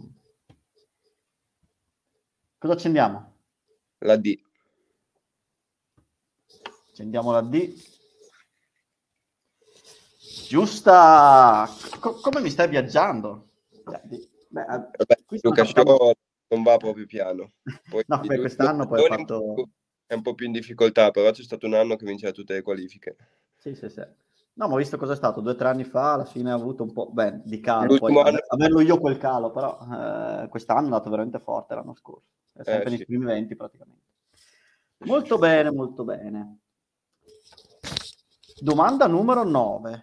Cosa accendiamo? La D. Accendiamo la D. Giusta. Come mi stai viaggiando? Luca Shaw non va proprio piano. Poi no, per quest'anno poi ha fatto... È un po' più in difficoltà, però c'è stato un anno che vinceva tutte le qualifiche. Sì. No, ma ho visto cosa è stato 2 o 3 anni fa, alla fine ha avuto un po' di calo. Poi, averlo io quel calo, però quest'anno è andato veramente forte l'anno scorso. È sempre nei primi 20 praticamente. Molto bene, molto bene. Domanda numero 9.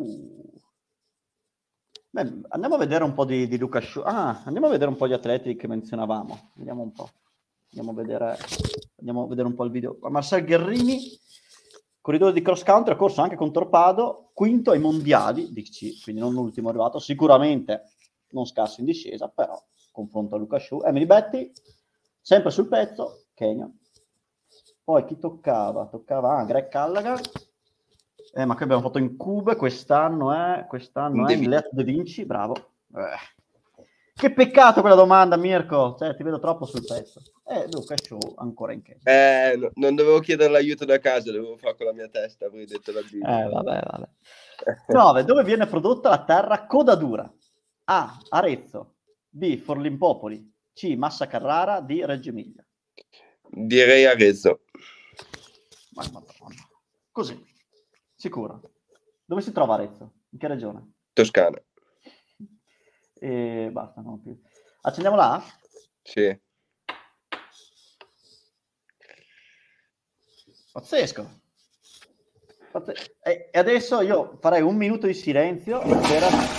Andiamo a vedere un po' di Luca Shaw. Andiamo a vedere un po' gli atleti che menzionavamo. Vediamo un po'. Andiamo a vedere un po' il video. Marcel Guerrini, corridore di cross country, ha corso anche con Torpado, quinto ai mondiali di C, quindi non ultimo arrivato, sicuramente non scarso in discesa, però confronto a Luca Shaw. Emily Betty, sempre sul pezzo, Kenya. Poi chi toccava? Greg Callaghan. Ma qui abbiamo fatto in Cube, quest'anno è Leat De Vinci, bravo. Che peccato quella domanda, Mirko, cioè ti vedo troppo sul pezzo. Luca Shaw ancora in chiesa. Non dovevo chiedere l'aiuto da casa, dovevo fare con la mia testa, avrei detto la B. Vabbè. 9. Dove viene prodotta la terra Codadura? A. Arezzo. B. Forlimpopoli. C. Massa Carrara. D. Reggio Emilia. Direi Arezzo. Ma Madonna. Così. Sicuro. Dove si trova Arezzo? In che regione? Toscana. E basta, non più. Accendiamo là? Sì. Pazzesco. E adesso io farei 1 minuto di silenzio per...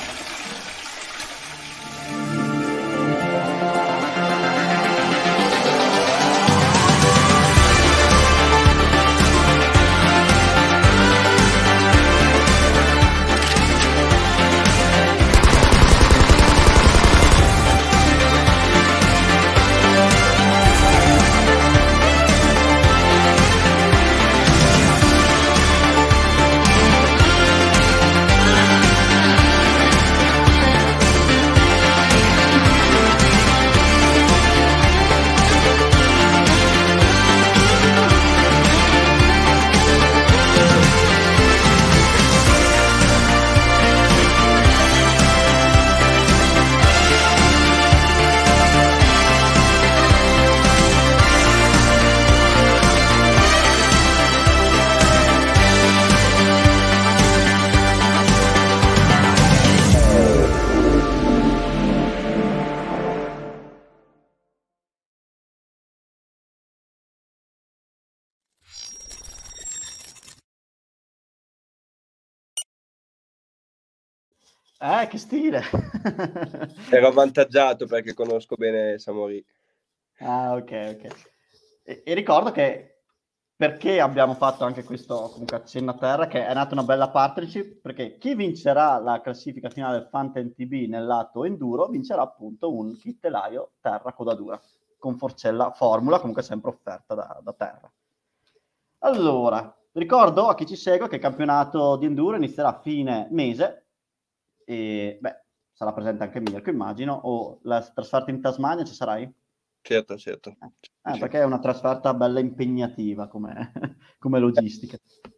Che stile! Ero avvantaggiato perché conosco bene Samori. Ah, ok. E ricordo che perché abbiamo fatto anche questo comunque accenno a terra, che è nata una bella partnership, perché chi vincerà la classifica finale del Fantasy TB nel lato enduro vincerà appunto un kit telaio terra coda dura con forcella formula, comunque sempre offerta da terra. Allora, ricordo a chi ci segue che il campionato di enduro inizierà a fine mese e sarà presente anche Mirko, immagino, o la trasferta in Tasmania ci sarai? Certo. Sì. Perché è una trasferta bella impegnativa come logistica.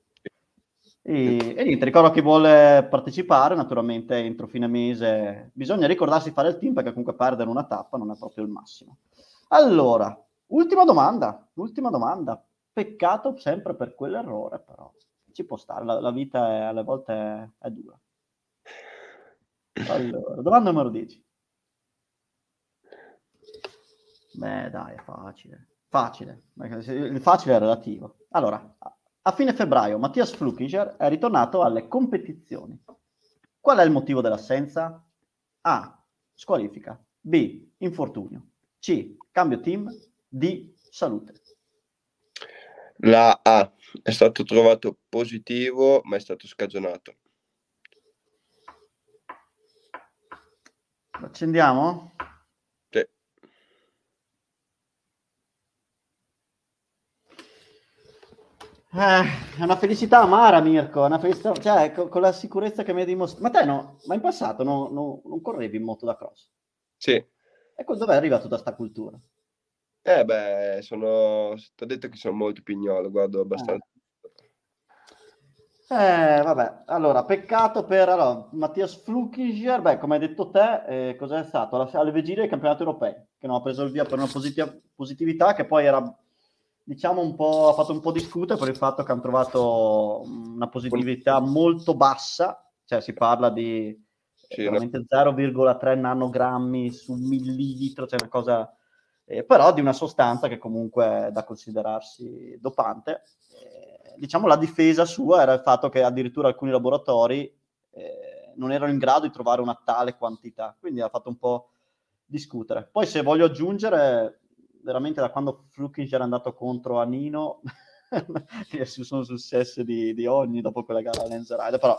E niente, ricordo chi vuole partecipare, naturalmente entro fine mese bisogna ricordarsi di fare il team, perché comunque perdere una tappa non è proprio il massimo. Allora, ultima domanda. Peccato sempre per quell'errore, però ci può stare, la vita alle volte è dura. Allora, domanda numero 10. Beh, dai, è facile. Il facile è relativo. Allora, a fine febbraio Mathias Flukiger è ritornato alle competizioni. Qual è il motivo dell'assenza? A. Squalifica. B. Infortunio. C. Cambio team. D. Salute. La A. È stato trovato positivo, ma è stato scagionato. Accendiamo? Sì. È una felicità amara, Mirko, una felicità, cioè con la sicurezza che mi hai dimostrato. Ma te ma in passato non correvi in moto da cross? Sì. E dove è arrivato da sta cultura? Ti ho detto che sono molto pignolo, guardo abbastanza. Vabbè, allora, peccato per Mathias Flukiger, come hai detto te, cos'è stato? Alle vigilie dei campionati europei, che non ha preso il via per una positività che poi era, diciamo, ha fatto un po' discutere per il fatto che hanno trovato una positività molto bassa, cioè si parla di veramente 0,3 nanogrammi su millilitro, cioè una cosa, però di una sostanza che comunque è da considerarsi dopante. Diciamo la difesa sua era il fatto che addirittura alcuni laboratori non erano in grado di trovare una tale quantità, quindi ha fatto un po' discutere. Poi se voglio aggiungere, veramente da quando Flukiger è andato contro a Nino sono successe di ogni dopo quella gara a Lenzerheide, però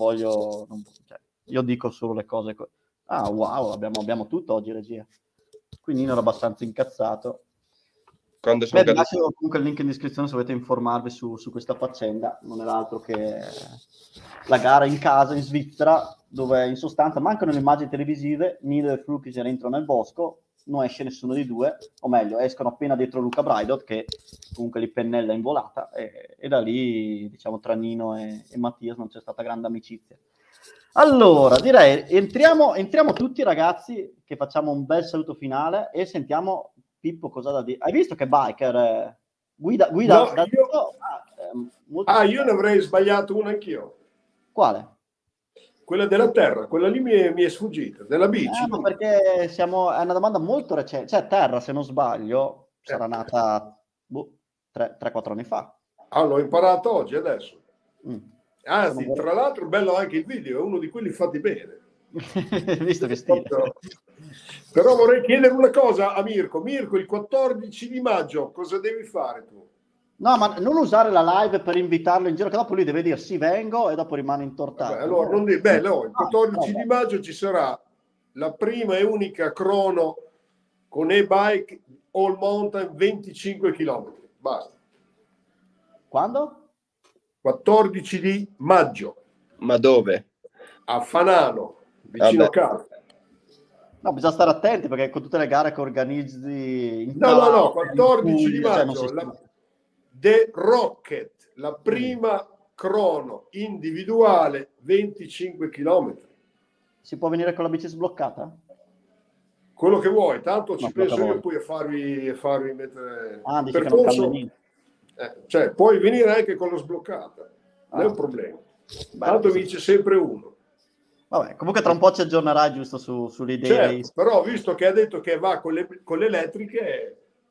io dico solo le cose wow, abbiamo tutto oggi, regia. Quindi Nino era abbastanza incazzato. Vi lascio comunque il link in descrizione se volete informarvi su questa faccenda. Non era altro che la gara in casa in Svizzera, dove in sostanza mancano le immagini televisive. Nino e Flukiger entrano nel bosco, non esce nessuno dei due, o meglio escono appena dietro Luca Braidot, che comunque li pennella in volata, e da lì, diciamo, tra Nino e Mattias non c'è stata grande amicizia. Allora, direi entriamo tutti, ragazzi, che facciamo un bel saluto finale e sentiamo Pippo cosa da dire. Hai visto che biker guida no, io ne avrei sbagliato una anch'io. Quale? Quella della terra, quella lì mi è sfuggita, della bici. Ma perché è una domanda molto recente, cioè terra, se non sbaglio, sarà nata 3-4 anni fa. L'ho imparato oggi, adesso. Anzi, tra l'altro bello anche il video, è uno di quelli fatti bene. Visto che stile. Però vorrei chiedere una cosa a Mirko. Mirko, il 14 di maggio cosa devi fare tu? No, ma non usare la live per invitarlo in giro, che dopo lui deve dire sì, vengo, e dopo rimane intortato. Allora, il 14 di maggio ci sarà la prima e unica crono con e-bike all mountain 25 km. Basta. Quando? 14 di maggio. Ma dove? A Fanano, vicino a casa. No, bisogna stare attenti perché con tutte le gare che organizzi... No, 14 di maggio. The Rocket, la prima crono individuale 25 km. Si può venire con la bici sbloccata? Quello che vuoi, tanto ci penso io poi a farvi mettere il percorso. Cioè, puoi venire anche con la sbloccata, non è un problema. Tanto vince sempre uno. Vabbè, comunque tra un po' ci aggiornerai giusto sulle idee. Certo, però visto che ha detto che va con le elettriche...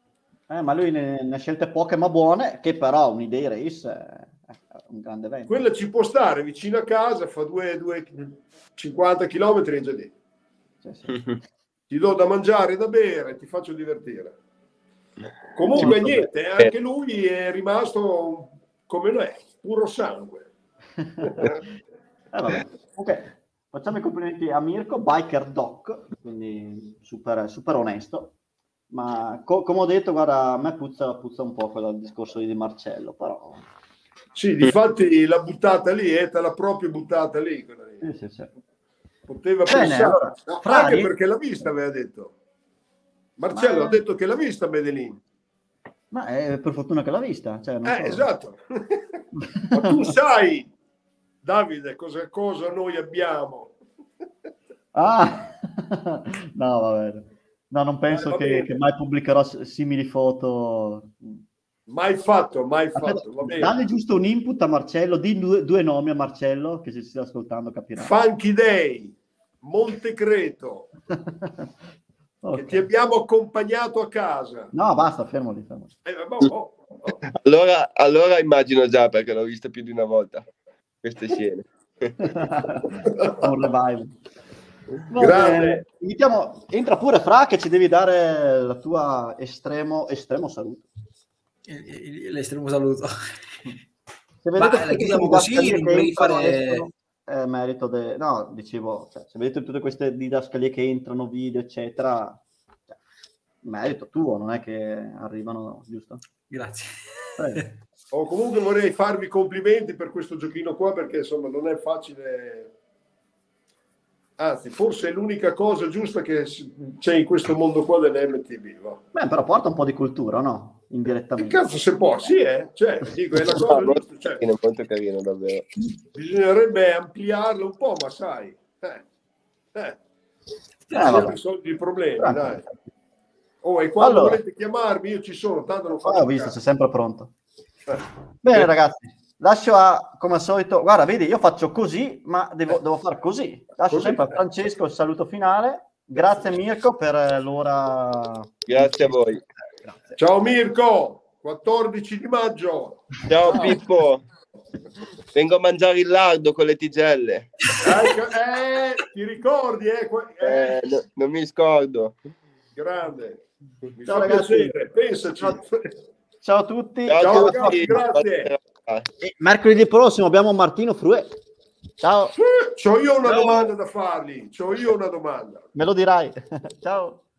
Ma lui ne ha scelte poche ma buone, che però un E-Day Race è un grande evento. Quella ci può stare vicino a casa, fa 50 km e già lì. Sì. Ti do da mangiare e da bere, ti faccio divertire. Comunque niente, anche lui è rimasto come noi, puro sangue. Vabbè. Ok, facciamo i complimenti a Mirko, biker doc, quindi super onesto. Ma come ho detto, guarda, a me puzza un po' quel discorso di Marcello, però... Sì, difatti la buttata lì, te l'ha proprio buttata lì. Sì. Poteva Bene, pensare, allora, anche perché l'ha vista, aveva detto. Marcello ha detto che l'ha vista Medellin. Ma è per fortuna che l'ha vista. Cioè, non so. Esatto. Ma tu sai, Davide, cosa noi abbiamo? No, va bene. No, non penso che mai pubblicherò simili foto. Mai fatto, va bene. Dai giusto un input a Marcello, di due nomi a Marcello, che si stia ascoltando capirà. Funky Day, Montecreto, Okay. Che ti abbiamo accompagnato a casa. No, basta, fermo lì. Allora immagino già, perché l'ho vista più di una volta, queste scene. Un revival. Grande. Entra pure Fra, che ci devi dare la tua estremo saluto. L'estremo saluto. Se vedete la chiudiamo così, non volevi fare... merito no, dicevo, cioè, se vedete tutte queste didascalie che entrano, video, eccetera, cioè, merito tuo, non è che arrivano, giusto? Grazie. Comunque vorrei farvi complimenti per questo giochino qua, perché insomma non è facile. Anzi, forse è l'unica cosa giusta che c'è in questo mondo qua dell'MTB. Beh, però porta un po' di cultura, no? Indirettamente. Che cazzo se può? Sì, Cioè, dico, è la cosa giusta. Cioè, È molto carino, davvero. Bisognerebbe ampliarlo un po', ma sai. Risolvi i problemi, dai. E quando volete chiamarmi, io ci sono, tanto non faccio. Ho visto, sei sempre pronto. Bene, ragazzi. Lascio come al solito, guarda, vedi, io faccio così, ma devo fare così. Lascio sempre a Francesco il saluto finale. Grazie Mirko per l'ora. Grazie a voi. Grazie. Ciao Mirko, 14 di maggio. Ciao Pippo. Vengo a mangiare il lardo con le tigelle. Ti ricordi? Non mi scordo. Grande. Mi Ciao, fa ragazzi. piacere, pensaci. Ciao a tutti. Ciao ragazzi, grazie. E mercoledì prossimo abbiamo Martino Fruè. Ciao. C'ho io una domanda da fargli. Me Me lo dirai. Ciao.